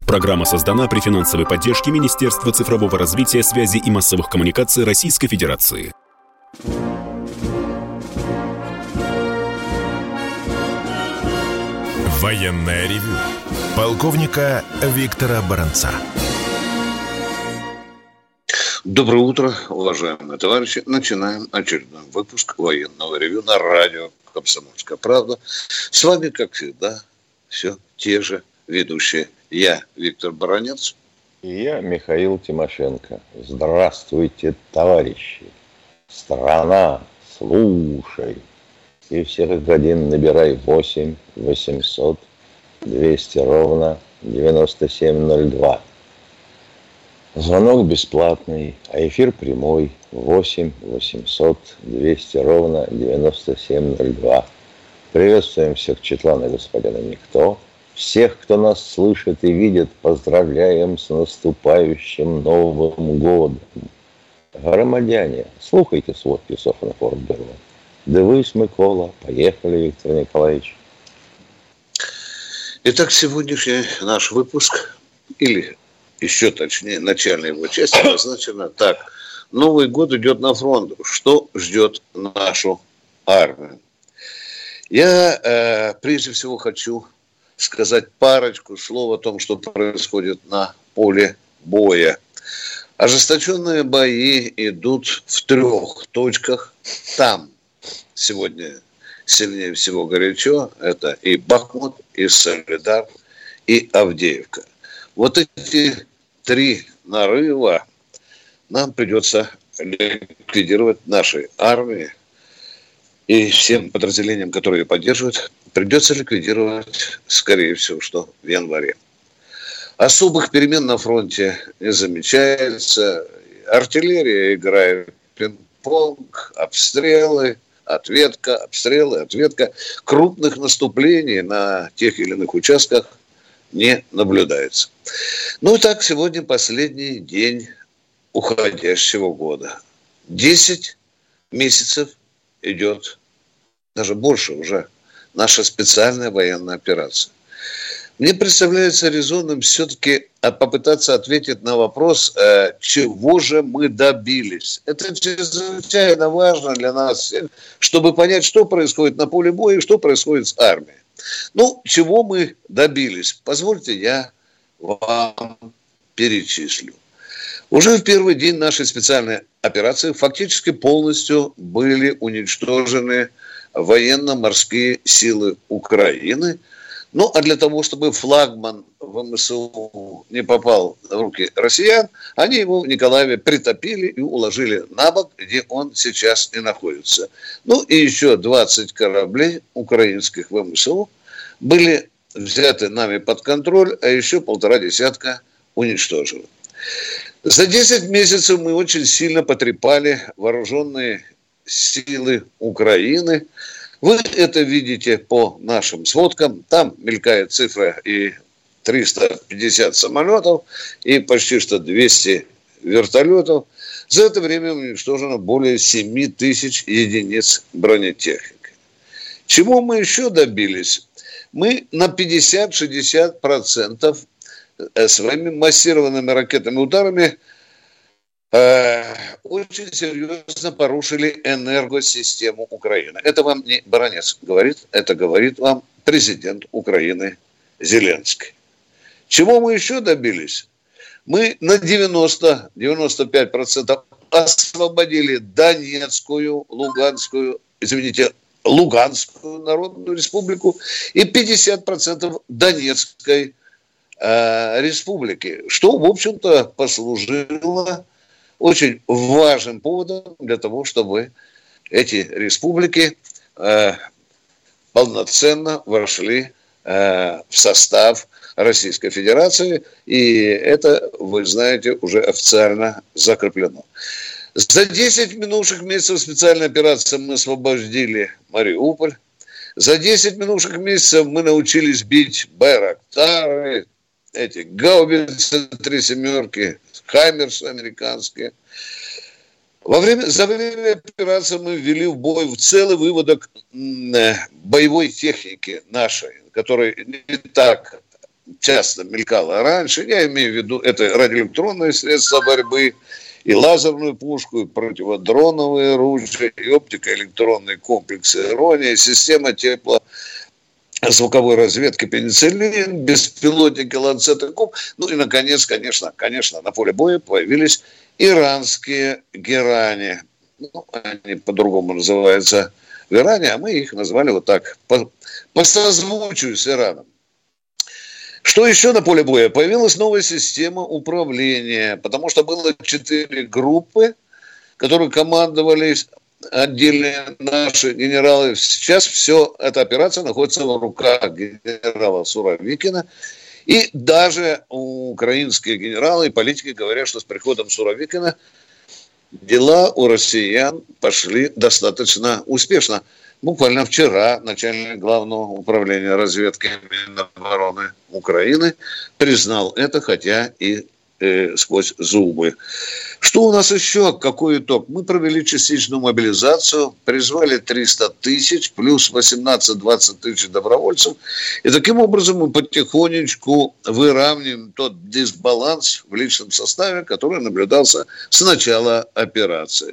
Программа создана при финансовой поддержке Министерства цифрового развития, связи и массовых коммуникаций Российской Федерации. Военное ревю полковника Виктора Баранца. Доброе утро, уважаемые товарищи. Начинаем очередной выпуск военного ревю на радио «Комсомольская правда». С вами, как всегда, все те же ведущие. Я, Виктор Баранец. И я, Михаил Тимошенко. Здравствуйте, товарищи. Страна, слушай. И всех как один набирай 8 800 200 ровно 9702. Звонок бесплатный, а эфир прямой 8 800 200 ровно 9702. Приветствуем всех Четлана господина Никто. Всех, кто нас слышит и видит, поздравляем с наступающим Новым годом. Громадяне, слухайте сводки Софинформбюро. Дивись, Микола. Поехали, Виктор Николаевич. Итак, сегодняшний наш выпуск, или еще точнее, начальная его часть обозначена так. Новый год идет на фронт. Что ждет нашу армию? Я прежде всего хочу сказать парочку слов о том, что происходит на поле боя. Ожесточенные бои идут в 3 точках. Там сегодня сильнее всего горячо. Это и Бахмут, и Солидар, и Авдеевка. Вот эти 3 нарыва нам придется ликвидировать нашей армии и всем подразделениям, которые ее поддерживают, придется ликвидировать, скорее всего, что в январе. Особых перемен на фронте не замечается. Артиллерия играет пинг-понг, обстрелы, ответка, обстрелы, ответка. Крупных наступлений на тех или иных участках не наблюдается. Ну и так, сегодня последний день уходящего года. 10 месяцев идет, даже больше уже, наша специальная военная операция. Мне представляется резонным все-таки попытаться ответить на вопрос, чего же мы добились. Это чрезвычайно важно для нас всех, чтобы понять, что происходит на поле боя и что происходит с армией. Ну, чего мы добились? Позвольте, я вам перечислю. Уже в первый день нашей специальной операции фактически полностью были уничтожены военно-морские силы Украины. Ну, а для того, чтобы флагман ВМСУ не попал в руки россиян, они его в Николаеве притопили и уложили на бок, где он сейчас и находится. Ну, и еще 20 кораблей украинских ВМСУ были взяты нами под контроль, а еще 1,5 десятка уничтожены. За 10 месяцев мы очень сильно потрепали вооруженные силы Украины. Вы это видите по нашим сводкам. Там мелькает цифра и 350 самолетов, и почти что 200 вертолетов. За это время уничтожено более 7 тысяч единиц бронетехники. Чего мы еще добились? Мы на 50-60% своими массированными ракетными ударами очень серьезно порушили энергосистему Украины. Это вам не Баранец говорит, это говорит вам президент Украины Зеленский. Чего мы еще добились? Мы на 90-95% освободили Луганскую Народную Республику и 50% Донецкой Республики, что, в общем-то, послужило очень важным поводом для того, чтобы эти республики полноценно вошли в состав Российской Федерации, и это, вы знаете, уже официально закреплено. За 10 минувших месяцев специальной операции мы освободили Мариуполь. За 10 минувших месяцев мы научились бить байрактары, эти гаубицы 3 семерки, хаймерсы американские. За время операции мы ввели в бой в целый выводок боевой техники нашей, которой не так часто мелькало раньше, я имею в виду, это радиоэлектронные средства борьбы, и лазерную пушку, и противодроновые оружия, и оптико-электронные комплексы «Ирония», система звуковой разведки «Пенициллин», беспилотники «Ланцет» и «Куб». Ну и, наконец, конечно, на поле боя появились иранские «Герани». Ну, они по-другому называются в Иране, а мы их назвали вот так, по созвучию с Ираном. Что еще на поле боя? Появилась новая система управления, потому что было 4 группы, которые командовались отдельные наши генералы. Сейчас все эта операция находится в руках генерала Суровикина. И даже украинские генералы и политики говорят, что с приходом Суровикина дела у россиян пошли достаточно успешно. Буквально вчера начальник главного управления разведки Минобороны Украины признал это, хотя и сквозь зубы. Что у нас еще? Какой итог? Мы провели частичную мобилизацию, призвали 300 тысяч, плюс 18-20 тысяч добровольцев. И таким образом мы потихонечку выравниваем тот дисбаланс в личном составе, который наблюдался с начала операции.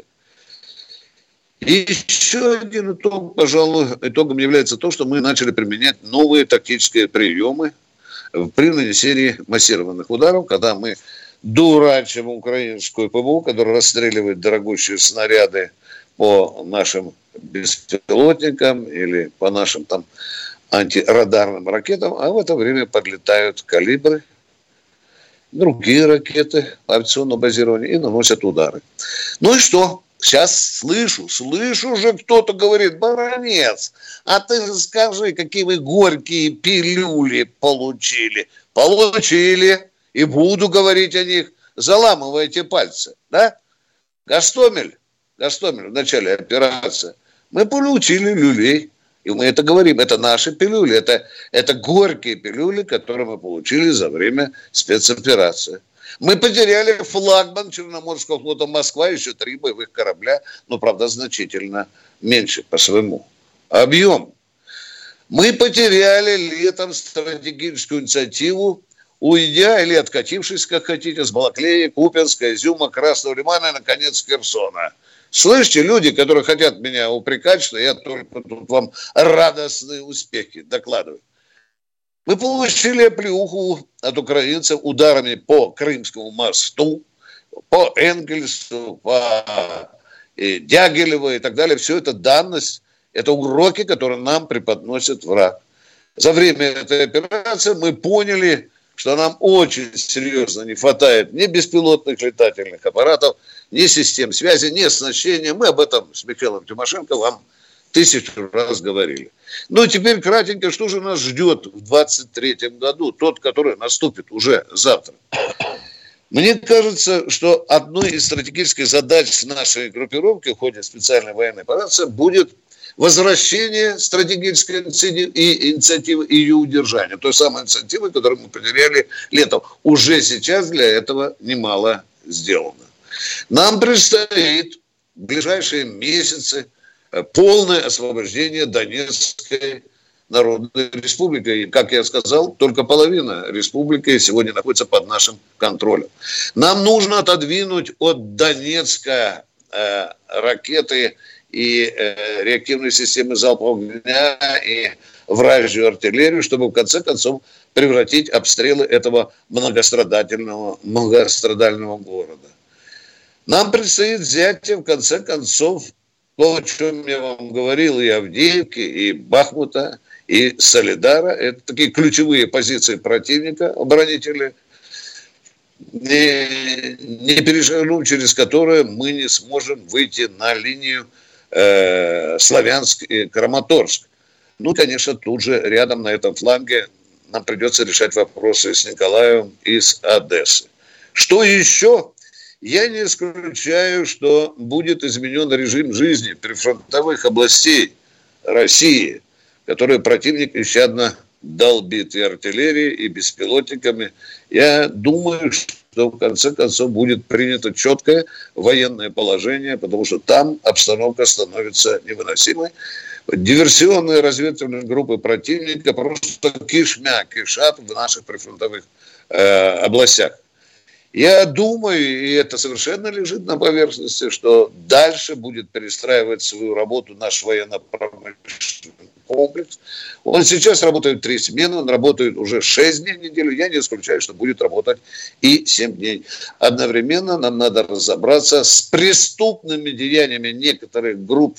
И еще один итог, пожалуй, итогом является то, что мы начали применять новые тактические приемы при нанесении массированных ударов, когда мы дурачим украинскую ПВО, которая расстреливает дорогущие снаряды по нашим беспилотникам или по нашим там антирадарным ракетам, а в это время подлетают калибры, другие ракеты авиационного базирования и наносят удары. Ну и что? Сейчас слышу же, кто-то говорит: Баранец, а ты же скажи, какие вы горькие пилюли получили. Получили, и буду говорить о них. Заламывайте пальцы, да? Гастомель в начале операции. Мы получили люлей, и мы это говорим, это наши пилюли, это горькие пилюли, которые мы получили за время спецоперации. Мы потеряли флагман Черноморского флота «Москва», еще 3 боевых корабля, но, правда, значительно меньше по своему объему. Мы потеряли летом стратегическую инициативу, уйдя или откатившись, как хотите, с Балаклеи, Купянска, Изюма, Красного Лимана и, наконец, Херсона. Слышите, люди, которые хотят меня упрекать, что я только тут вам радостные успехи докладываю. Мы получили оплеуху от украинцев ударами по Крымскому мосту, по Энгельсу, по Дягилево и так далее. Все это данность, это уроки, которые нам преподносит враг. За время этой операции мы поняли, что нам очень серьезно не хватает ни беспилотных летательных аппаратов, ни систем связи, ни оснащения. Мы об этом с Михаилом Тимошенко вам 1000 раз говорили. Ну, теперь кратенько, что же нас ждет в 2023 году, тот, который наступит уже завтра. Мне кажется, что одной из стратегических задач нашей группировки в ходе специальной военной операции будет возвращение стратегической инициативы и ее удержание. Той самой инициативы, которую мы потеряли летом. Уже сейчас для этого немало сделано. Нам предстоит в ближайшие месяцы полное освобождение Донецкой Народной Республики. И, как я сказал, только половина республики сегодня находится под нашим контролем. Нам нужно отодвинуть от Донецка ракеты и реактивные системы залпового огня и вражью артиллерию, чтобы в конце концов превратить обстрелы этого многострадального города. Нам предстоит взятие, в конце концов, то, о чем я вам говорил, и Авдеевки, и Бахмута, и Солидара. Это такие ключевые позиции противника, оборонители, не перешагнув через которые мы не сможем выйти на линию Славянск и Краматорск. Ну, конечно, тут же рядом на этом фланге нам придется решать вопросы с Николаевым и с Одессой. Что еще? Я не исключаю, что будет изменен режим жизни прифронтовых областей России, которые противник нещадно долбит и артиллерией, и беспилотниками. Я думаю, что в конце концов будет принято четкое военное положение, потому что там обстановка становится невыносимой. Диверсионные разведывательные группы противника просто кишмя кишат в наших прифронтовых областях. Я думаю, и это совершенно лежит на поверхности, что дальше будет перестраивать свою работу наш военно-промышленный комплекс. Он сейчас работает 3 смены, он работает уже 6 дней в неделю. Я не исключаю, что будет работать и 7 дней. Одновременно нам надо разобраться с преступными деяниями некоторых групп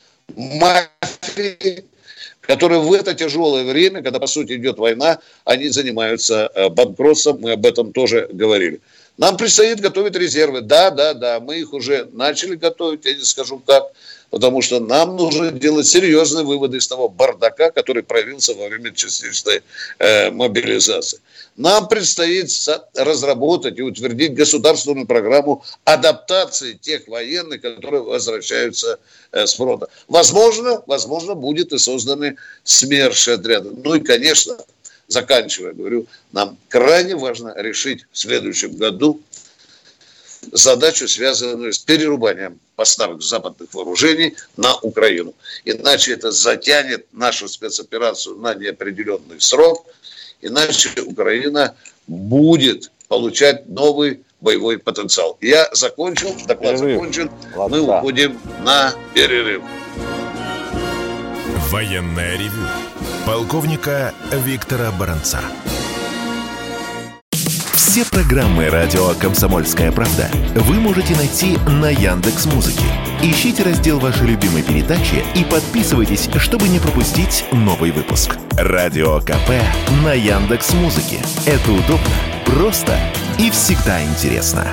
мафии, которые в это тяжелое время, когда, по сути, идет война, они занимаются банкротством, мы об этом тоже говорили. Нам предстоит готовить резервы. Да, мы их уже начали готовить, я не скажу как, потому что нам нужно делать серьезные выводы из того бардака, который проявился во время частичной мобилизации. Нам предстоит разработать и утвердить государственную программу адаптации тех военных, которые возвращаются с фронта. Возможно, будет и созданы СМЕРШи отряды. Ну и, конечно, заканчивая, говорю, нам крайне важно решить в следующем году задачу, связанную с перерубанием поставок западных вооружений на Украину. Иначе это затянет нашу спецоперацию на неопределенный срок, иначе Украина будет получать новый боевой потенциал. Я закончил, доклад закончен, мы уходим на перерыв. Военное ревю полковника Виктора Баранца. Все программы радио «Комсомольская правда» вы можете найти на Яндекс.Музыке. Ищите раздел вашей любимой передачи и подписывайтесь, чтобы не пропустить новый выпуск. Радио КП на Яндекс.Музыке. Это удобно, просто и всегда интересно.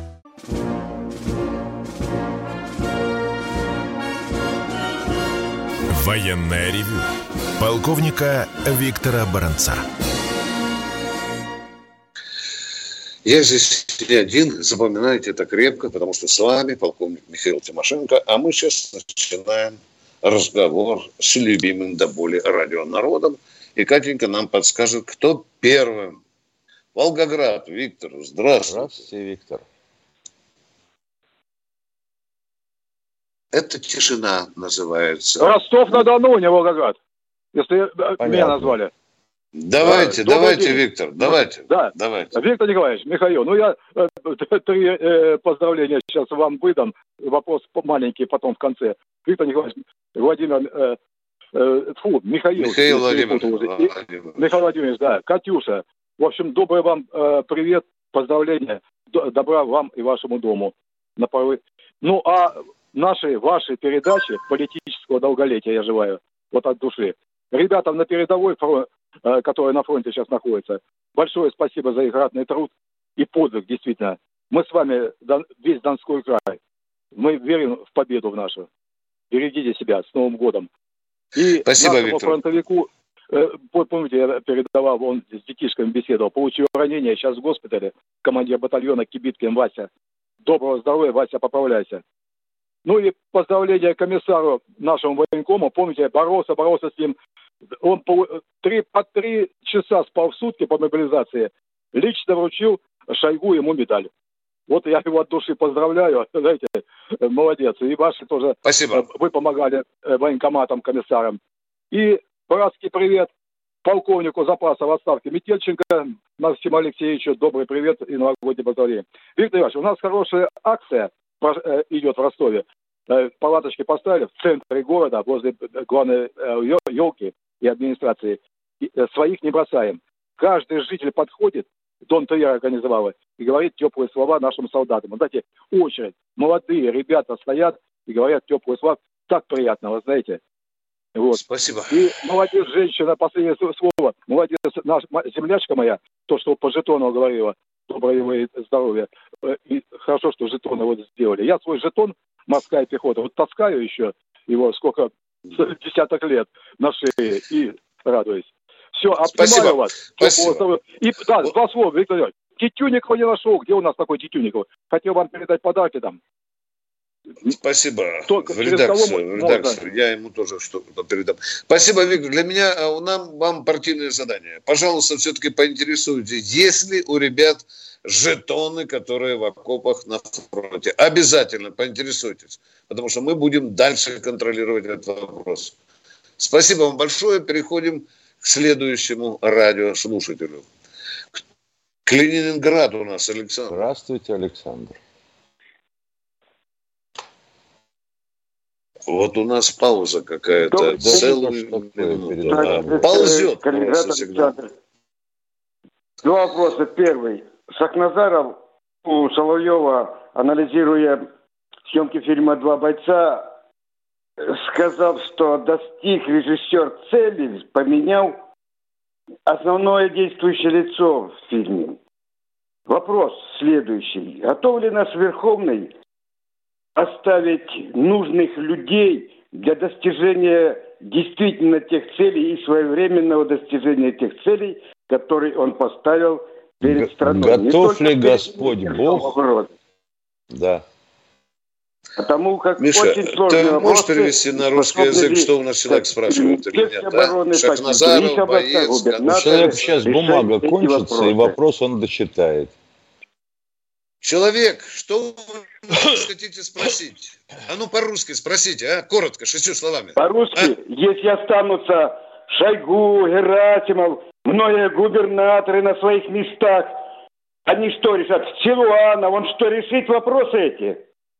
Военное ревю полковника Виктора Баранца. Я здесь не один, запоминайте это крепко, потому что с вами полковник Михаил Тимошенко, а мы сейчас начинаем разговор с любимым до боли радионародом. И Катенька нам подскажет, кто первым. Волгоград, Виктор, здравствуйте. Здравствуйте, Виктор. Это тишина называется. Ростов-на-Дону, не Волгоград, если меня назвали. Давайте, Виктор, давайте. Виктор Николаевич, Михаил, я 3 поздравления сейчас вам выдам. Вопрос маленький потом в конце. Виктор Николаевич, Михаил Владимирович, да, Катюша. В общем, добрый вам привет, поздравления, добра вам и вашему дому. Ну, а ваши передачи политического долголетия я желаю, вот от души. Ребятам на передовой, которые на фронте сейчас находятся, большое спасибо за их ратный труд и подвиг, действительно. Мы с вами, весь Донской край, мы верим в победу в нашу. Берегите себя, с Новым годом. И спасибо, нашему Виктор. Фронтовику, помните, я передавал, он с детишками беседовал, получил ранение, сейчас в госпитале, командир батальона Кибиткин Вася. Доброго здоровья, Вася, поправляйся. Ну и поздравления комиссару нашему военкому. Помните, боролся с ним. Он по 3 часа спал в сутки по мобилизации. Лично вручил Шойгу ему медаль. Вот я его от души поздравляю. Знаете, молодец. И ваши тоже. Спасибо. Вы помогали военкоматам, комиссарам. И братский привет полковнику запаса в отставке Метельченко Максиму Алексеевичу. Добрый привет и новогодние поздравления. Виктор Иванович, у нас хорошая акция идет в Ростове. Палаточки поставили в центре города, возле главной елки и администрации. Своих не бросаем. Каждый житель подходит, Дон Триер организовала, и говорит теплые слова нашим солдатам. Знаете, очередь, молодые ребята стоят и говорят теплые слова. Так приятно, вы знаете. Вот. Спасибо. И молодец женщина, последнее слово. Молодец наша землячка моя, то, что по жетону говорила. Доброго ей здоровья. И хорошо, что жетоны вот сделали. Я свой жетон морская пехота вот таскаю еще его сколько десяток лет на шее и радуюсь. Все, обнимаю вас. Спасибо. И да, 2 слова, Виктор Иванович. Тютюникова не нашел. Где у нас такой Тютюников? Хотел вам передать подарки там. Спасибо. Только в редакцию. Я ему тоже что-то передам. Спасибо, Виктор. Для меня, вам партийное задание. Пожалуйста, все-таки поинтересуйтесь, есть ли у ребят жетоны, которые в окопах на фронте. Обязательно поинтересуйтесь, потому что мы будем дальше контролировать этот вопрос. Спасибо вам большое. Переходим к следующему радиослушателю. Калининград у нас Александр. Здравствуйте, Александр. Вот у нас пауза какая-то. Целую минуту. Ползет просто сигнал. Два вопроса. Первый. Шахназаров у Соловьева, анализируя съемки фильма «Два бойца», сказал, что достиг режиссер цели, поменял основное действующее лицо в фильме. Вопрос следующий. Готов ли наш Верховный оставить нужных людей для достижения действительно тех целей и своевременного достижения тех целей, которые он поставил перед страной? Готов ли Господь Бог? Да. Потому как Миша, очень сложный ты вопрос, можешь перевести на русский язык, что у нас человек спрашивает или нет? Да? Шахназаров, боец. Человек сейчас бумага кончится, и вопрос он дочитает. Человек, что вы хотите спросить? А ну по-русски спросите, коротко, 6 словами. По-русски, если останутся Шойгу, Герасимов, многие губернаторы на своих местах, они что решат? Силуанов, он что, решит вопросы эти?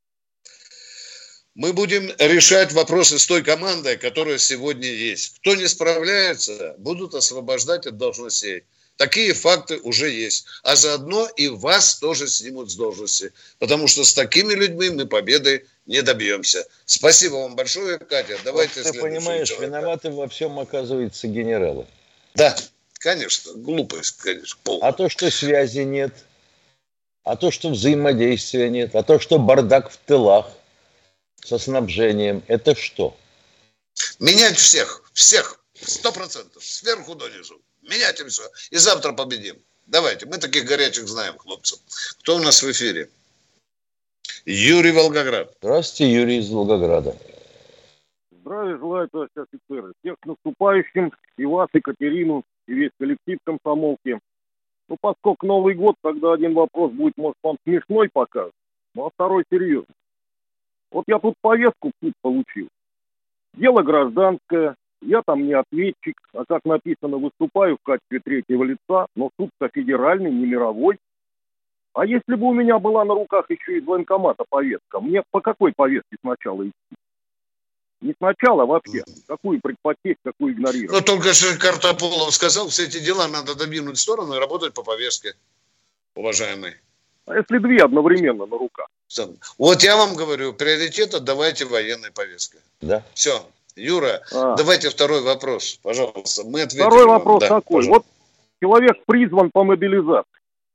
Мы будем решать вопросы с той командой, которая сегодня есть. Кто не справляется, будут освобождать от должностей. Такие факты уже есть. А заодно и вас тоже снимут с должности. Потому что с такими людьми мы победы не добьемся. Спасибо вам большое, Катя. Давайте ты понимаешь, человека. Виноваты во всем, оказывается, генералы. Да, конечно. Глупость, конечно. Полная. А то, что связи нет, а то, что взаимодействия нет, а то, что бардак в тылах со снабжением, это что? Менять всех, 100%, сверху донизу. Менять им все. И завтра победим. Давайте, мы таких горячих знаем, хлопцев. Кто у нас в эфире? Юрий, Волгоград. Здравствуйте, Юрий из Волгограда. Здравия желаю, товарищи офицеры. Всех с наступающим, и вас, и Катерину, и весь коллектив комсомолки. Ну, поскольку Новый год, тогда один вопрос будет, может, вам смешной покажет, а второй серьезный. Вот я тут повестку в суд получил. Дело гражданское, я там не ответчик, а как написано, выступаю в качестве третьего лица, но суд-то федеральный, не мировой. А если бы у меня была на руках еще из военкомата повестка, мне по какой повестке сначала идти? Не сначала, а вообще. Какую предпочесть, какую игнорировать? Ну, только что Картополов сказал, все эти дела надо добинуть в сторону и работать по повестке, уважаемый. А если две одновременно на руках? Вот я вам говорю, приоритет отдавайте военной повестке. Да. Все. Юра, давайте второй вопрос, пожалуйста. Мы ответим. Второй вопрос такой. Пожалуйста. Вот человек призван по мобилизации,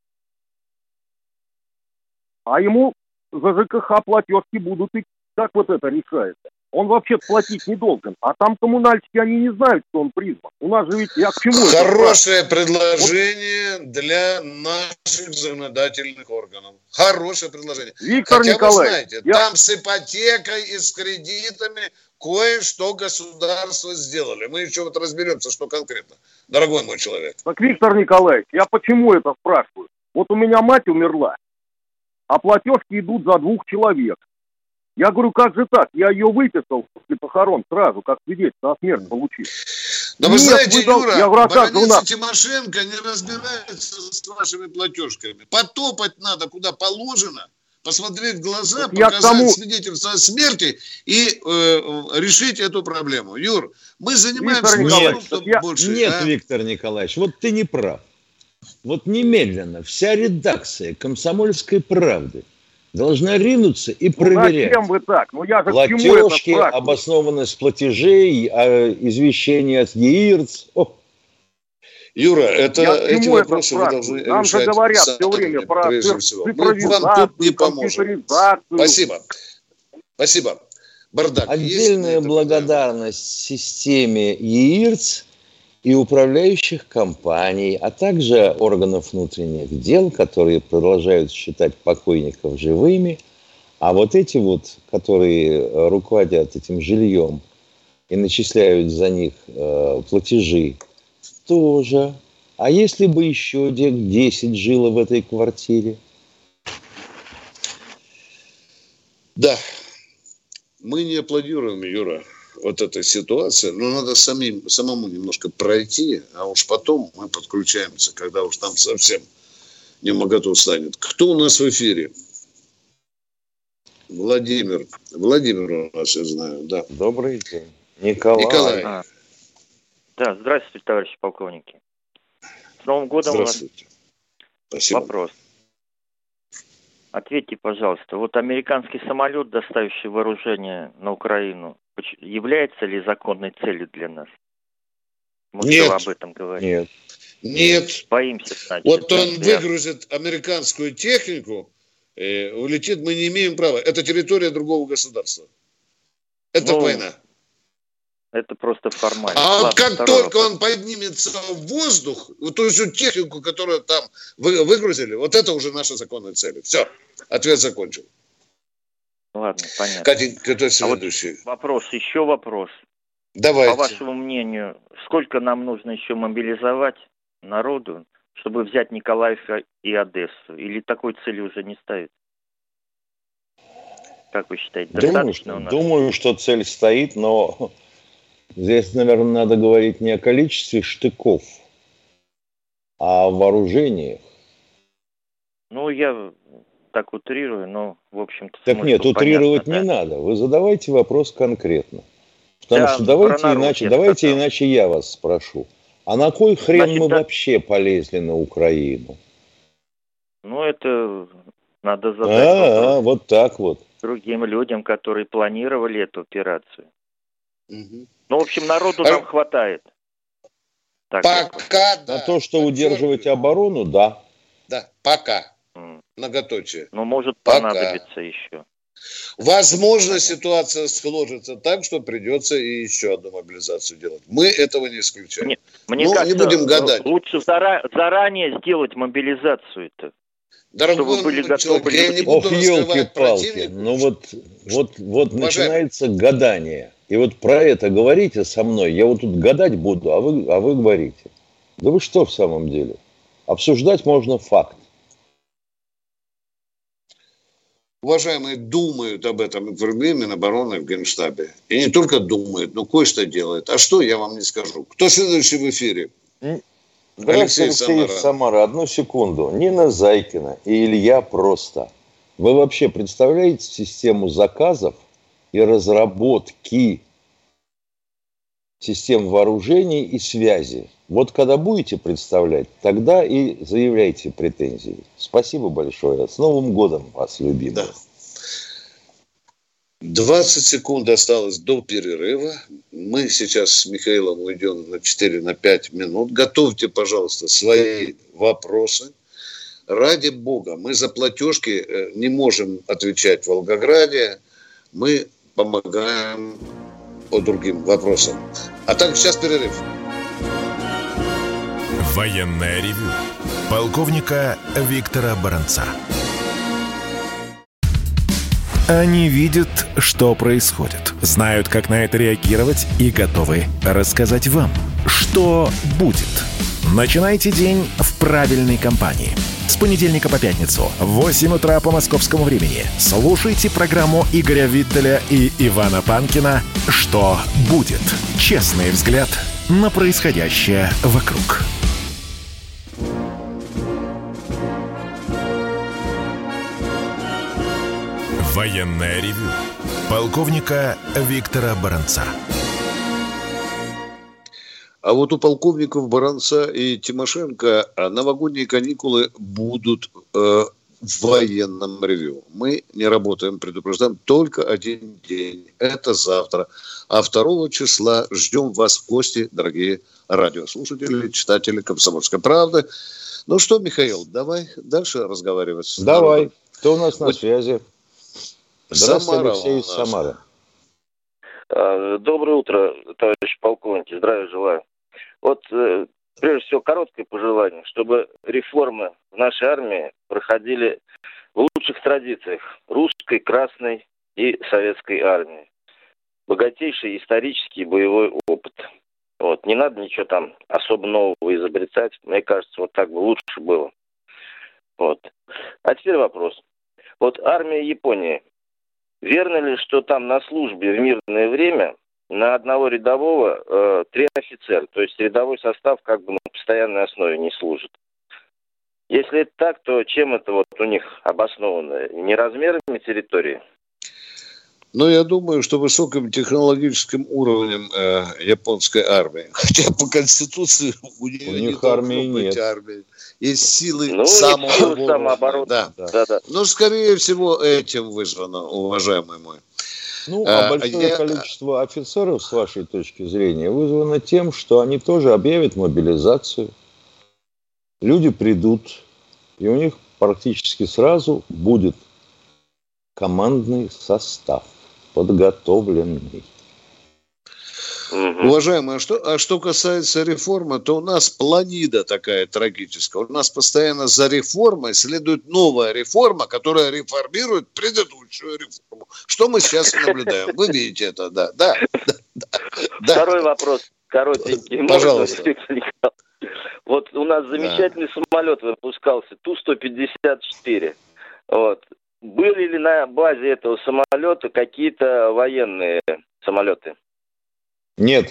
а ему за ЖКХ платежки будут идти. Как вот это решается? Он вообще платить не должен. А там коммунальщики, они не знают, что он призван. У нас же ведь, я к чему это? Хорошее предложение для наших законодательных органов. Хорошее предложение. Виктор Хотя Николаевич, вы знаете, там с ипотекой и с кредитами кое-что государство сделали. Мы еще вот разберемся, что конкретно. Дорогой мой человек. Так, Виктор Николаевич, я почему это спрашиваю? Вот у меня мать умерла, а платежки идут за 2 человек. Я говорю, как же так? Я ее выписал после похорон сразу, как свидетельство о смерти получил. Но вы знаете, Юра, я говорю, баронесса Тимошенко не разбирается с вашими платежками. Потопать надо куда положено, посмотреть в глаза, показать свидетельство о смерти и решить эту проблему. Юр, мы занимаемся... Нет, Виктор Николаевич, вот ты не прав. Вот немедленно вся редакция «Комсомольской правды» должна ринуться и проверять. Зачем вы так? Ну, я же платежки, обоснованность платежей, извещение от ЕИРЦ. Юра, эти вопросы вы должны нам решать же говорят сами, все время про прежде всего. Мы вам тут не поможем. Спасибо. Бардак. Отдельная благодарность системе ЕИРЦ и управляющих компаний, а также органов внутренних дел, которые продолжают считать покойников живыми, а вот эти вот, которые руководят этим жильем и начисляют за них платежи, тоже. А если бы еще 10 жило в этой квартире? Да. Мы не аплодируем, Юра. вот этой ситуации, но надо самому немножко пройти, а уж потом мы подключаемся, когда уж там совсем немоготу станет. Кто у нас в эфире? Владимир. Владимир у нас, я знаю, да. Добрый день. Николай. Да, здравствуйте, товарищи полковники. С Новым годом у вас Спасибо. вопрос. Ответьте, пожалуйста, вот американский самолет, доставивший вооружение на Украину, является ли законной целью для нас? Может, Нет. вы об этом говорите? Нет. Боимся, значит. Вот он выгрузит американскую технику, улетит, мы не имеем права. Это территория другого государства. Это война. Это просто формально. А Ладно, вот как только вопрос. он поднимется в воздух, вот ту всю технику, которую там выгрузили, вот это уже наша законная цель. Все, ответ закончил. Ладно, понятно. Катенька, кто следующий? Еще вопрос. Давайте. По вашему мнению, сколько нам нужно еще мобилизовать народу, чтобы взять Николаев и Одессу? Или такой цели уже не ставить? Как вы считаете, достаточно у нас? Думаю, что цель стоит, но здесь, наверное, надо говорить не о количестве штыков, а о вооружениях. Ну, я так утрирую, но, в общем-то... Так нет, утрировать понятно, не надо. Вы задавайте вопрос конкретно. Потому что давайте иначе я вас спрошу. А на кой хрен мы вообще полезли на Украину? Ну, это надо задать вопрос вот так вот. Другим людям, которые планировали эту операцию. Угу. Ну, в общем, народу нам хватает. Так пока, да. На то, что удерживать оборону, да. Да, пока. Многоточие. Но может понадобиться еще. Возможно, ситуация сложится так, что придется и еще одну мобилизацию делать. Мы этого не исключаем. Мне кажется, не будем гадать. Лучше заранее сделать мобилизацию-то. Дорогой человек, я не буду раскрывать противников. Ну вот начинается гадание. И вот про это говорите со мной. Я вот тут гадать буду, а вы говорите. Да вы что в самом деле? Обсуждать можно факт. Уважаемые думают об этом в Минобороны, в Генштабе. И не только думают, но кое-что делают. А что, я вам не скажу. Кто следующий в эфире? Алексей Самара. Одну секунду. Нина Зайкина и Илья Просто. Вы вообще представляете систему заказов и разработки систем вооружений и связи? Вот когда будете представлять, тогда и заявляйте претензии. Спасибо большое. С Новым годом вас, любимые. Да. 20 секунд осталось до перерыва. Мы сейчас с Михаилом уйдем на 4-5 минут. Готовьте, пожалуйста, свои вопросы. Ради бога, мы за платежки не можем отвечать в Волгограде. Мы помогаем по другим вопросам. А так, сейчас перерыв. Военное ревю полковника Виктора Баранца. Они видят, что происходит, знают, как на это реагировать и готовы рассказать вам, что будет. Начинайте день в правильной компании. С понедельника по пятницу в 8 утра по московскому времени слушайте программу Игоря Виттеля и Ивана Панкина «Что будет?». Честный взгляд на происходящее вокруг. Военное ревю полковника Виктора Баранца. А вот у полковников Баранца и Тимошенко новогодние каникулы будут в военном ревю. Мы не работаем, предупреждаем, только один день. Это завтра. А 2 числа ждем вас в гости, дорогие радиослушатели, читатели «Комсомольской правды». Ну что, Михаил, давай дальше разговаривать. Давай. Кто у нас на связи? Здравствуйте, Алексей из Самары. Доброе утро, товарищи полковники. Здравия желаю. Вот, прежде всего, короткое пожелание, чтобы реформы в нашей армии проходили в лучших традициях русской, красной и советской армии. Богатейший исторический боевой опыт. Вот. Не надо ничего там особо нового изобретать. Мне кажется, вот так бы лучше было. Вот. А теперь вопрос. Вот армия Японии. Верно ли, что там на службе в мирное время на одного рядового 3 офицера. То есть рядовой состав как бы на постоянной основе не служит. Если это так, то чем это вот у них обосновано? Не размерами территории? Но я думаю, что высоким технологическим уровнем японской армии. Хотя по Конституции у нее не армии быть нет. армии. Есть силы самообороны. Да. Да. Но, скорее всего, этим вызвано, уважаемый мой. Большое количество офицеров, с вашей точки зрения, вызвано тем, что они тоже объявят мобилизацию. Люди придут, и у них практически сразу будет командный состав подготовленный. Уважаемые, а что касается реформы, то у нас планида такая трагическая. У нас постоянно за реформой следует новая реформа, которая реформирует предыдущую реформу. Что мы сейчас наблюдаем? Вы видите это, да. Второй вопрос, коротенький. Пожалуйста. Вот у нас замечательный самолет выпускался, Ту-154. Вот. Были ли на базе этого самолета какие-то военные самолеты? Нет.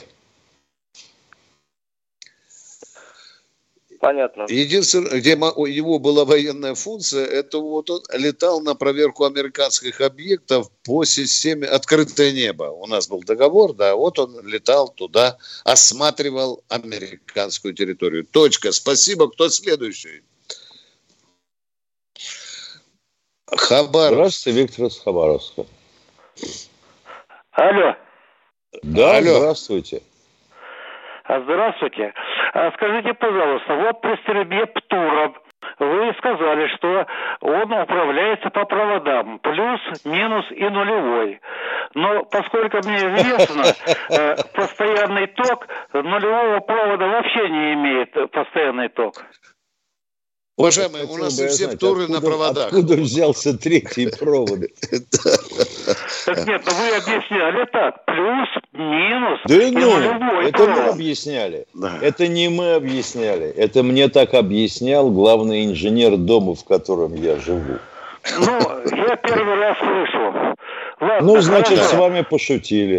Понятно. Единственное, где его была военная функция, это вот он летал на проверку американских объектов по системе «Открытое небо». У нас был договор, да, вот он летал туда, осматривал американскую территорию. Точка. Спасибо. Кто следующий? Хабаровск. Здравствуйте, Виктор из Хабаровска. Алло. Да, алло. Здравствуйте. Здравствуйте. Скажите, пожалуйста, вот при стрельбе ПТУРа вы сказали, что он управляется по проводам, плюс, минус и нулевой. Но поскольку мне известно, постоянный ток нулевого провода вообще не имеет постоянный ток. Уважаемые, у нас все ПТУРы на проводах. Откуда взялся третий провод? Так нет, вы объясняли так. Плюс, минус и нулевой это мы объясняли. Это не мы объясняли. Это мне так объяснял главный инженер дома, в котором я живу. Я первый раз слышу. Ладно, значит, хорошо. С вами пошутили.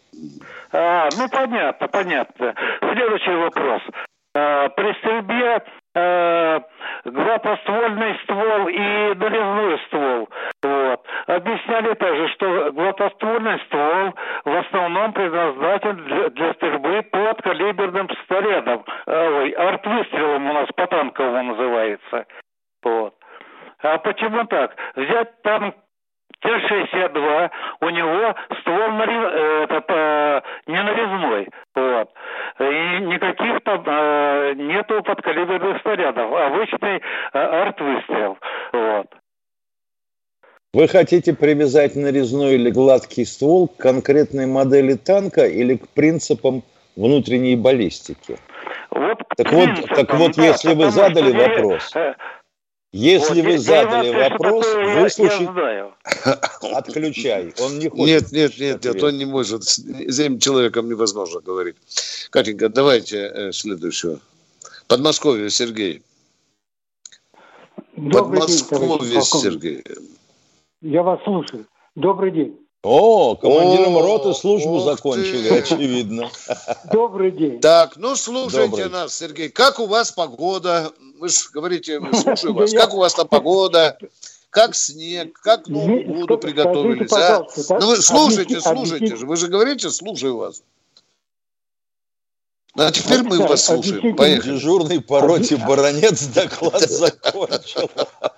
Понятно. Следующий вопрос. При стрельбе гладкоствольный ствол и нарезной ствол. Вот. Объясняли также, что гладкоствольный ствол в основном предназначен для стрельбы под калиберным снарядом. Артвыстрелом у нас по-танковому называется. Вот. А почему так? Взять танк Т-62, у него ствол не нарезной. Вот. И никаких там нету подкалиберных снарядов. Обычный артвыстрел. Вот. Вы хотите привязать нарезной или гладкий ствол к конкретной модели танка или к принципам внутренней баллистики? Так вот, если вы задали вопрос... Если вы задали вопрос, выслушайте. Отключай. Он не хочет. Нет, он не может. С этим человеком невозможно говорить. Катенька, давайте следующего. Подмосковье, Сергей. Подмосковье, Сергей. Я вас слушаю. Добрый день. Командиром роты службу закончили, очевидно. Добрый день. Так, слушайте нас, Сергей. Как у вас погода? Вы же говорите, слушаю вас. Как у вас там погода? Как снег? Как к Новому году приготовились? Вы слушайте же. Вы же говорите, слушаю вас. А теперь мы вас слушаем. Поехали. Дежурный по роте баронец доклад закончил.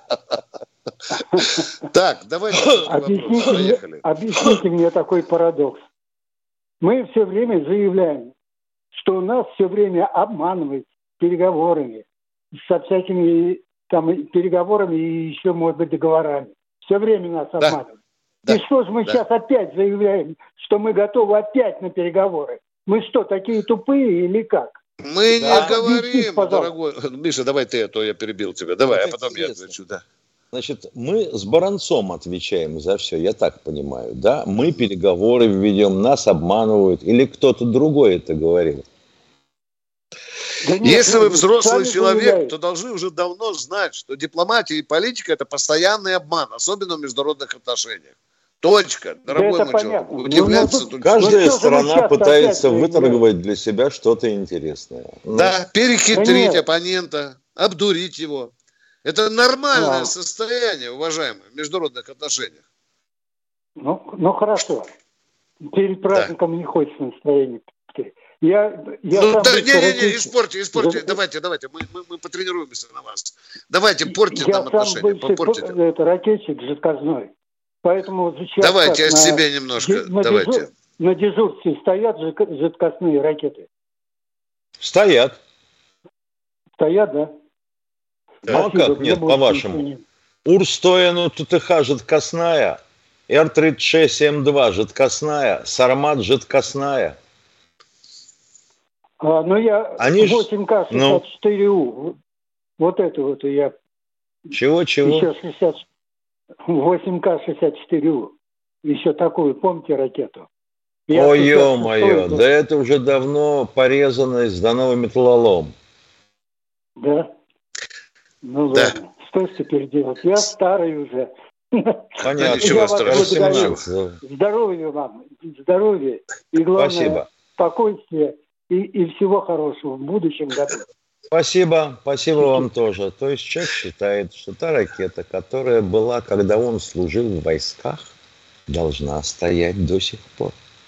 Так, давайте. Объясните мне такой парадокс. Мы все время заявляем, что нас все время обманывают переговорами, со всякими там переговорами и еще, может быть, договорами. Все время нас обманывают. И что же мы сейчас опять заявляем, что мы готовы опять на переговоры? Мы что, такие тупые или как? Мы не говорим, дорогой. Миша, давай ты, а то я перебил тебя. Давай, а потом я отвечу, да. Значит, мы с Баранцом отвечаем за все, я так понимаю, да? Мы переговоры ведем, нас обманывают, или кто-то другой это говорил? Да нет, если вы взрослый человек, то должны уже давно знать, что дипломатия и политика – это постоянный обман, особенно в международных отношениях. Точка, дорогой мой человек. Удивляться тут. Каждая страна пытается выторговать для себя что-то интересное. Да, перехитрить оппонента, обдурить его. Это нормальное состояние, уважаемые, в международных отношениях. Ну хорошо. Перед праздником не хочется настроение. Не, испорьте. Давайте. Мы потренируемся на вас. Давайте, портите нам отношения. Это ракетчик жидкозной. Поэтому сейчас давайте о себе немножко. Давайте. На дежурстве стоят жидкостные ракеты? Стоят. Стоят, да? Ну а как нет, по-вашему? Ур-100 ТТХ жидкостная, Р-36М2 жидкостная, Сармат жидкостная. Ну я 8К-64У. Вот это вот я... Чего? Еще 8К-64У. Еще такую, помните, ракету? Ой, ё-моё, да это уже давно порезано и сдано в металлолом. Да? Ну ладно, что теперь делать? Я старый уже. Понятно. Ничего страшного. Здоровья вам, здоровья. И главное, спасибо. Спокойствия и всего хорошего в будущем году. Спасибо вам тоже. То есть человек считает, что та ракета, которая была, когда он служил в войсках, должна стоять до сих пор.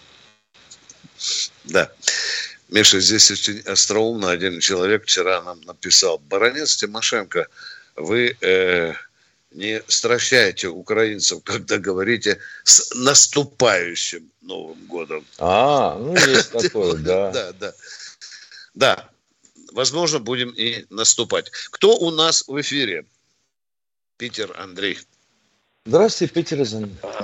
Да. Миша, здесь очень остроумно один человек вчера нам написал: баронец Тимошенко, вы не стращайте украинцев, когда говорите с наступающим Новым годом. Есть такое, да. Да, возможно, будем и наступать. Кто у нас в эфире? Питер, Андрей. Здравствуйте, Питер из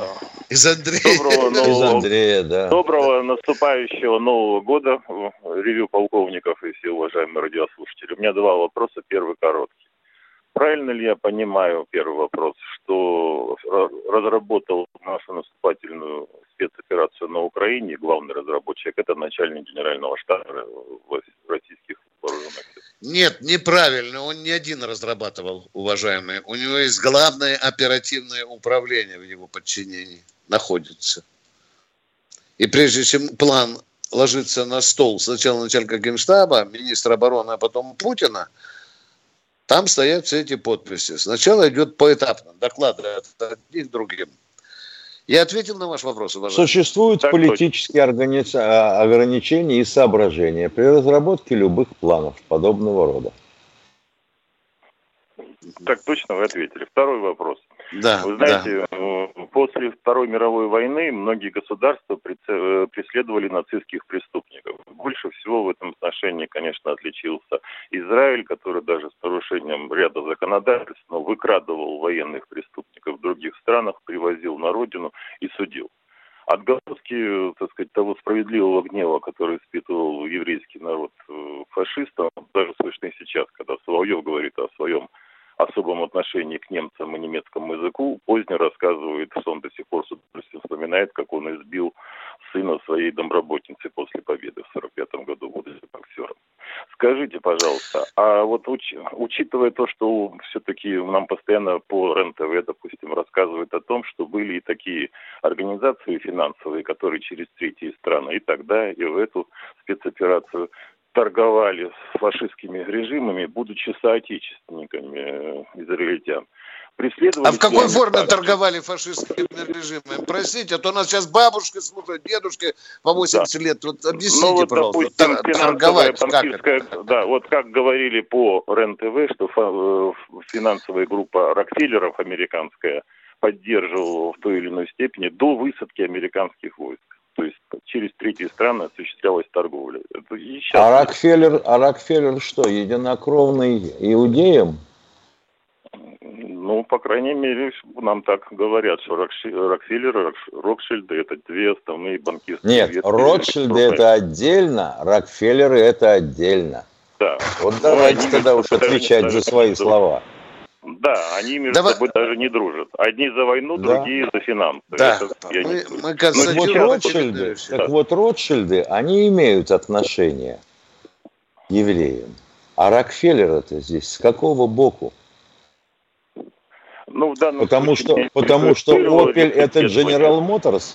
Андрея, да. Доброго наступающего Нового года. Ревью полковников и все уважаемые радиослушатели. У меня два вопроса. Первый короткий. Правильно ли я понимаю, первый вопрос, что разработал нашу наступательную спецоперацию на Украине главный разработчик — это начальник генерального штаба российских вооруженных сил? Нет, неправильно. Он не один разрабатывал, уважаемые. У него есть главное оперативное управление в его подчинении находится. И прежде чем план ложится на стол сначала начальника Генштаба, министра обороны, а потом Путина, там стоят все эти подписи. Сначала идет поэтапно доклады от одних к другим. Я ответил на ваш вопрос, уважаемый. Существуют политические ограничения и соображения при разработке любых планов подобного рода. Так точно вы ответили. Второй вопрос. Да, вы знаете, после Второй мировой войны многие государства преследовали нацистских преступников. Больше всего в этом отношении, конечно, отличился Израиль, который даже с нарушением ряда законодательств, но выкрадывал военных преступников в других странах, привозил на родину и судил. Отголоски, так сказать, того справедливого гнева, который испытывал еврейский народ фашистам, даже слышно и сейчас, когда Соловьев говорит о своем особом отношении к немцам и немецкому языку, поздно рассказывает, что он до сих пор с удовольствием вспоминает, как он избил сына своей домработницы после победы в 1945 году, будучи боксером. Скажите, пожалуйста, а вот учитывая то, что все-таки нам постоянно по РЕН-ТВ, допустим, рассказывают о том, что были и такие организации финансовые, которые через третьи страны и тогда, и в эту спецоперацию торговали с фашистскими режимами, будучи соотечественниками израильтян. А в какой форме торговали фашистскими режимами? Простите, а то нас сейчас бабушки слушают, дедушки по 80 лет. Вот объясните, пожалуйста, допустим, торговать как это? Да, вот как говорили по РЕН-ТВ, что финансовая группа Рокфеллеров американская поддерживала в той или иной степени до высадки американских войск. То есть через третьи страны осуществлялась торговля. Рокфеллер что, единокровный иудеям? Ну, по крайней мере, нам так говорят, что Рокфеллер, Ротшильды — это две основные банкирские ветви. Нет, Ротшильды — это отдельно, Рокфеллеры — это отдельно. Да. Вот давайте тогда уж отвечать за свои слова. Да, они между собой даже не дружат. Одни за войну, другие за финансы. Да, вот Ротшильды, они имеют отношение к евреям. А Рокфеллер-то здесь с какого боку? Ну, в данном Потому случае, что Opel это General Motors?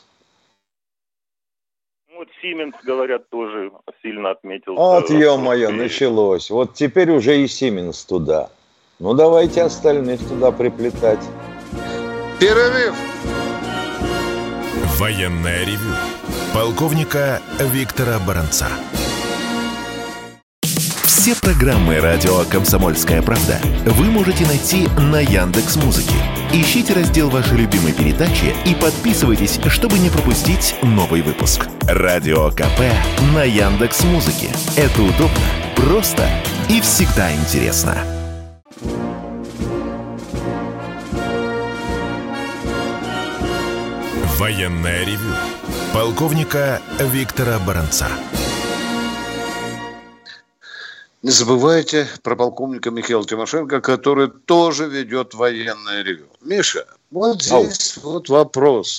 Вот Siemens, говорят, тоже сильно отметил. Вот, ё-моё, началось. Вот теперь уже и Siemens туда. Ну, давайте остальных туда приплетать. Перерыв. Военное ревю полковника Виктора Баранца. Все программы радио «Комсомольская правда» вы можете найти на Яндекс.Музыке. Ищите раздел вашей любимой передачи и подписывайтесь, чтобы не пропустить новый выпуск. Радио КП на Яндекс.Музыке. Это удобно, просто и всегда интересно. Военное ревю полковника Виктора Баранца. Не забывайте про полковника Михаила Тимошенко, который тоже ведет военное ревю. Миша, вот здесь вот вопрос.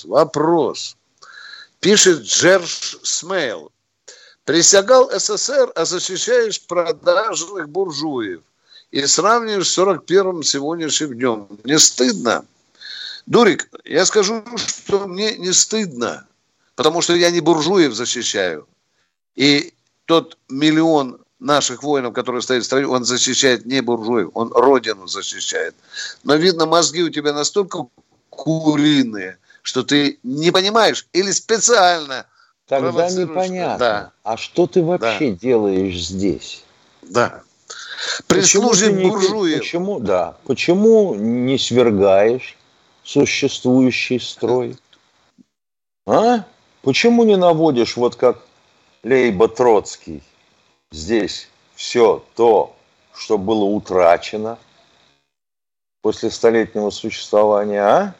Пишет Джерж Смейл. Присягал СССР, а защищаешь продажных буржуев. И сравниваешь с 41-м сегодняшним днем. Не стыдно? Дурик, я скажу, что мне не стыдно, потому что я не буржуев защищаю. И тот миллион наших воинов, которые стоят в стране, он защищает не буржуев, он родину защищает. Но, видно, мозги у тебя настолько куриные, что ты не понимаешь или специально. Тогда непонятно. Да. А что ты вообще делаешь здесь? Да. Прислужив буржуев. Почему не свергаешь существующий строй? А? Почему не наводишь, вот как Лейба-Троцкий, здесь все то, что было утрачено после столетнего существования, а?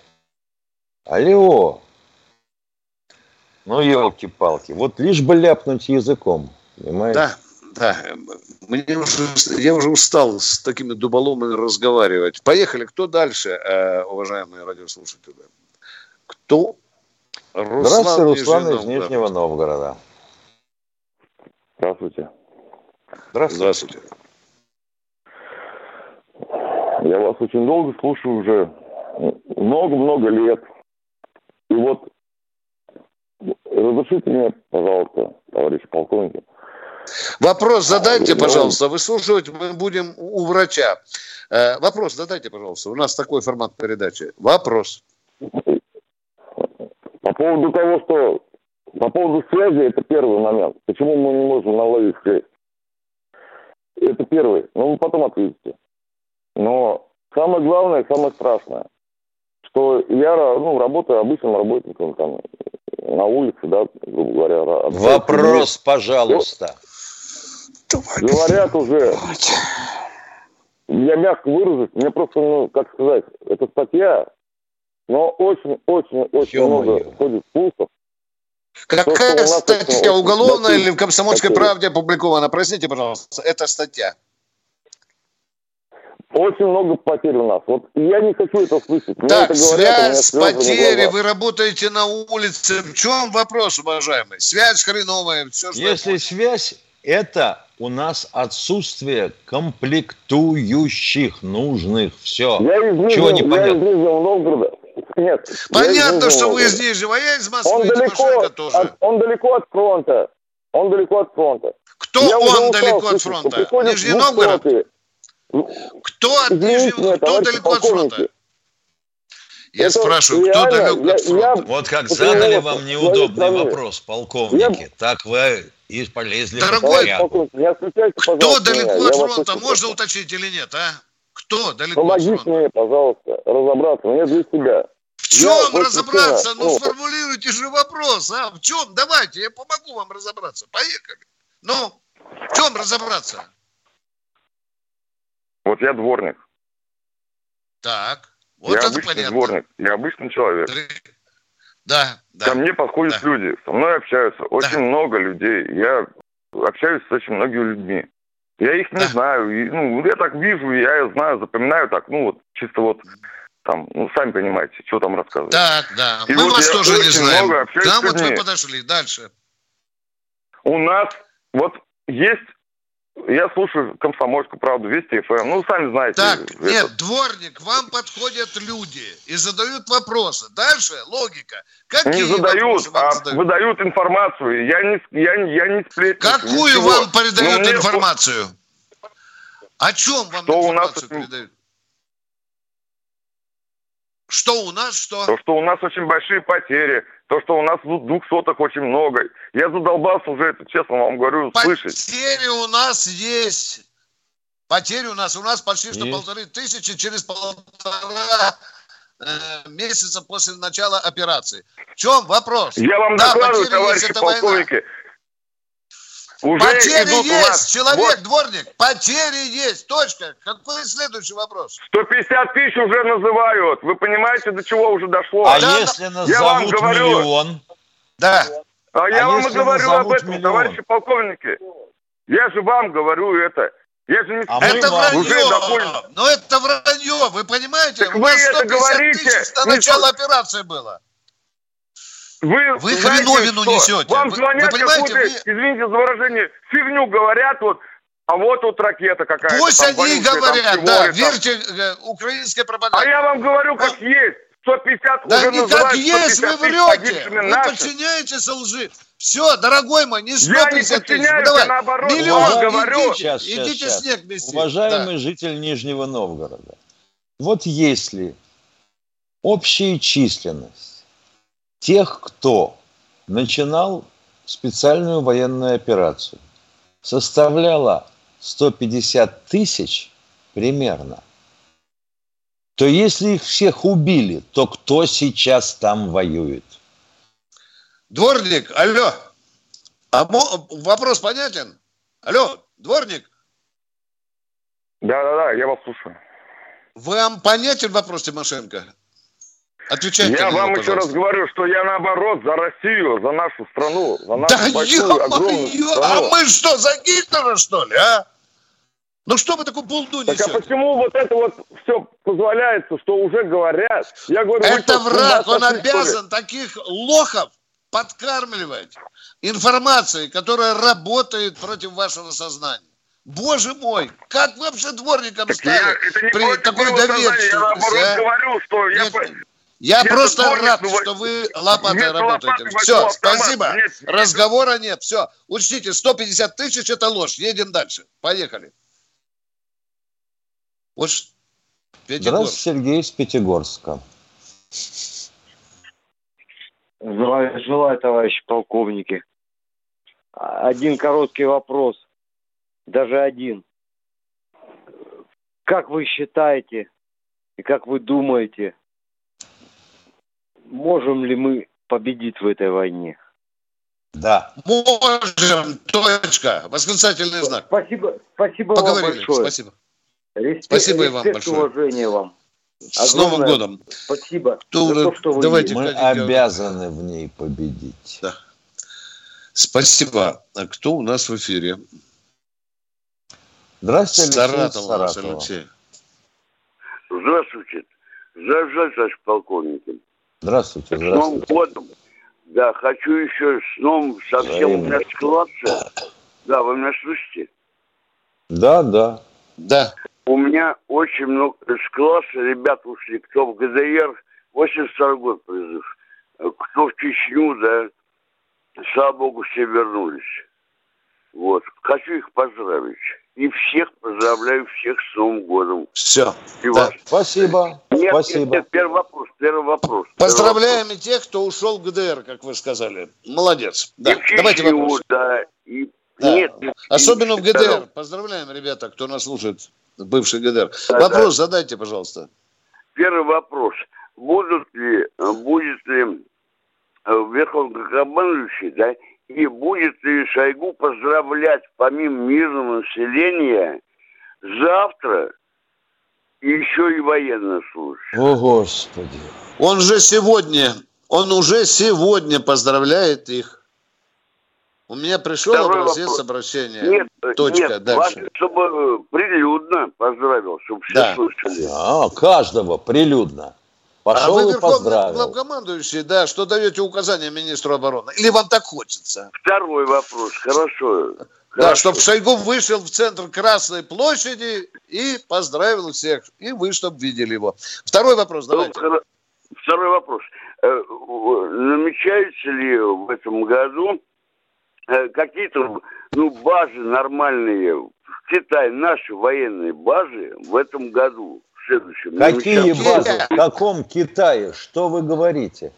Алло! Ну, елки-палки, вот лишь бы ляпнуть языком, понимаете? Да. Я уже устал с такими дуболомами разговаривать. Поехали. Кто дальше, уважаемые радиослушатели? Кто? Здравствуйте, Руслан из Нижнего Новгорода. Здравствуйте. Здравствуйте. Я вас очень долго слушаю уже. Много-много лет. И вот разрешите мне, пожалуйста, товарищи полковники. Вопрос задайте, пожалуйста. Выслушивать мы будем у врача. Вопрос задайте, пожалуйста. У нас такой формат передачи. Вопрос. По поводу того, что... По поводу связи, это первый момент. Почему мы не можем наладить связь? Это первый. Ну, вы потом ответите. Но самое главное, самое страшное, что я работаю обычным работником там, на улице, да, грубо говоря. Вопрос, пожалуйста. Говорят уже, я мягко выражусь, мне просто, как сказать, это статья, но очень много ходит слухов. Какая статья, уголовная или в «Комсомольской правде» опубликована? Простите, пожалуйста, это статья. Очень много потерь у нас. Вот я не хочу это слышать. Так, связь, потери, вы работаете на улице. В чем вопрос, уважаемый? Связь хреновая. Все, что если связь, это у нас отсутствие комплектующих нужных. Все. Чего не понятно? Я из Нижнего Новгорода. Нет, понятно, что вы из Нижнего, я из Москвы, Тимошенко тоже. Он далеко от фронта. Кто он далеко от фронта? Нижний Новгород? Кто далеко от фронта? Я спрашиваю, кто далеко от фронта? Вот как задали вам неудобный вопрос, полковники, так вы и полезли. Дорогой, кто далеко от фронта, можно уточнить или нет, а? Кто далеко от фронта? Помогите мне, пожалуйста, разобраться, мне для себя. В чем разобраться? Сформулируйте же вопрос, а? В чем? Давайте, я помогу вам разобраться. Поехали. В чем разобраться? Вот я дворник. Так. Вот я обычный понятно. Дворник, я обычный человек. Да. Ко мне подходят люди, со мной общаются очень много людей. Я общаюсь с очень многими людьми. Я их не знаю. И, я так вижу, я знаю, запоминаю так, чисто там, сами понимаете, что там рассказывать. Да. Мы вас тоже не знаем. Там вот вы подошли. Дальше. У нас есть Я слушаю «Комсомольскую правду», Вести ФМ. Ну, сами знаете. Так, нет, Дворник, вам подходят люди и задают вопросы. Дальше логика. Какие не задают, выдают информацию. Я не сплетник. Какую ничего. Вам передают информацию? О чем вам что информацию передают? Что у нас, что? То, что у нас очень большие потери. То, что у нас 200-х очень много. Я задолбался уже, это честно вам говорю, слышать. Потери у нас есть. Потери у нас почти что 1500 через 1,5 месяца после начала операции. В чем вопрос? Я вам докладываю, товарищи полковники. Уже потери есть, человек, вот. Дворник, потери есть, точка. Какой следующий вопрос? 150 тысяч уже называют. Вы понимаете, до чего уже дошло? А да, если назовут миллион? Да. Я вам и говорю об этом, миллион? Товарищи полковники. Я же вам говорю это. Я же не... Это вранье, но это вранье, вы понимаете? Так у нас 150 тысяч до начала операции было. Вы хреновину несете. Вам звонят какую-то, извините за выражение, фигню говорят, вот, а вот тут ракета какая-то. Пусть они говорят, да, верьте украинской пропаганде. А я вам говорю, как есть. 150 да уже не как есть, вы врете. Вы подчиняетесь лжи. Все, дорогой мой, не 150 тысяч. Давай, наоборот, миллион, говорю. Идите снег вместе. Уважаемый житель Нижнего Новгорода, вот если общая численность тех, кто начинал специальную военную операцию, составляла 150 тысяч примерно, то если их всех убили, то кто сейчас там воюет? Дворник, алло. Вопрос понятен? Алло, Дворник. Да, я вас слушаю. Вам понятен вопрос, Тимошенко? Отвечайте. Я вам еще раз говорю, что я наоборот за Россию, за нашу страну, за нашу большую, огромную страну. А мы что, за Гитлера, что ли, а? Ну что вы такую булду несете? Так а почему вот это вот все позволяется, что уже говорят? Я говорю, это враг, он обязан таких лохов подкармливать информацией, которая работает против вашего сознания. Боже мой, как вы вообще дворником стали при такой доверчивости? Я наоборот говорю, что я просто рад, что вы лопатой работаете. Все, спасибо. Разговора нет. Все, учтите, 150 тысяч это ложь. Едем дальше. Поехали. Вот Здравствуйте, Сергей из Пятигорска. Здравия желаю, товарищи полковники. Один короткий вопрос. Даже один. Как вы считаете и как вы думаете, можем ли мы победить в этой войне? Да. Можем. Точка. Восклицательный знак. Спасибо вам большое. Спасибо. Спасибо и вам большое. Уважение вам. С Новым годом. Спасибо. Давайте, мы обязаны в ней победить. Да. Спасибо. А кто у нас в эфире? Здравствуйте, Алексей. Здравствуйте. Здравствуйте, товарищ полковник. Здравствуйте. С Новым годом. Да, хочу еще с новым совсем у меня склаться. Да, вы меня слышите? Да. У меня очень много с класса ребят ушли, кто в ГДР, 82 год призыв, кто в Чечню, да, слава богу, все вернулись. Вот, хочу их поздравить. И всех поздравляю, всех с Новым годом. Все. Да. Спасибо. Нет, первый вопрос. Поздравляем и тех, кто ушел в ГДР, как вы сказали. Молодец. Да. Давайте вопрос. Да. Нет. Особенно в ГДР. Поздравляем, ребята, кто нас слушает, бывший ГДР. Вопрос задайте, пожалуйста. Первый вопрос. Будет ли верховнокомандующий, да, и будет ли Шойгу поздравлять помимо мирного населения завтра еще и военнослужащих? О, Господи. Он уже сегодня поздравляет их. У меня пришел образец обращения. Нет, дальше. Чтобы прилюдно поздравил, чтобы все слышали. Каждого прилюдно. Пошел и поздравил. Главкомандующий, да, что даете указания министру обороны? Или вам так хочется? Второй вопрос, хорошо. Да, чтобы Шойгу вышел в центр Красной площади и поздравил всех. И вы, чтобы видели его. Второй вопрос, давайте. Второй вопрос. Намечаются ли в этом году какие-то базы нормальные в Китае, наши военные базы в этом году, в следующем? Какие базы? В каком Китае? Что вы говорите?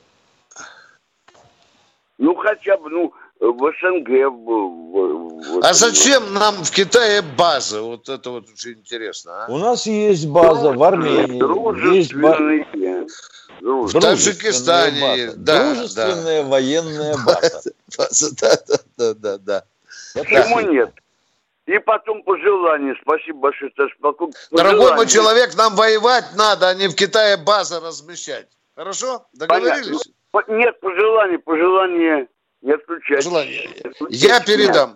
Хотя бы, в СНГ. А зачем нам в Китае база? Вот это вот очень интересно. А? У нас есть база в Армении. Есть в Таджикистане есть. Дружественная военная база. Да. Почему нет? И потом пожелание. Спасибо большое, товарищ полковник. Дорогой мой человек, нам воевать надо, а не в Китае базы размещать. Хорошо? Договорились? Нет, пожелание не отключать. Я передам.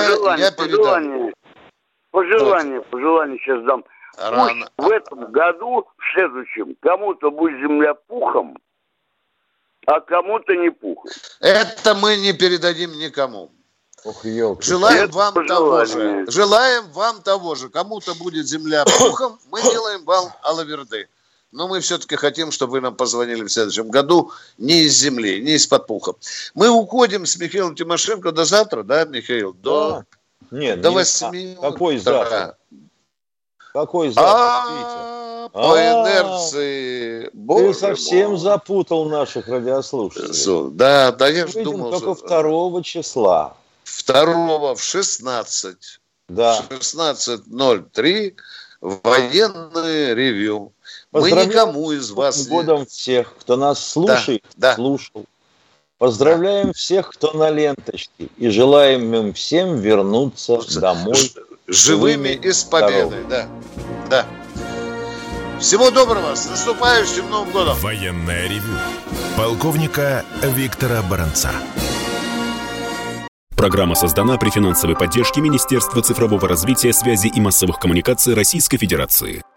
Пожелание сейчас дам. Пусть в этом году, в следующем, кому-то будет земля пухом, а кому-то не пухом. Это мы не передадим никому. Ох, елки. Желаем вам того же. Желаем вам того же. Кому-то будет земля пухом, мы делаем вам алаверды. Но мы все-таки хотим, чтобы вы нам позвонили в следующем году не из земли, не из-под пуха. Мы уходим с Михаилом Тимошенко до завтра, да, Михаил? До 8 Какой завтра? Какой завтра? По инерции. Ты совсем запутал наших радиослушателей. Да, я же думал. Только 2 числа. 2 в 16. Да. 16:03 военное ревью. Мы никому из вас... С годом всех, кто нас слушает, слушал. Поздравляем всех, кто на ленточке. И желаем им всем вернуться домой. Живыми и с победой. Да. Всего доброго. С наступающим Новым годом. Военное ревью полковника Виктора Баранца. Программа создана при финансовой поддержке Министерства цифрового развития, связи и массовых коммуникаций Российской Федерации.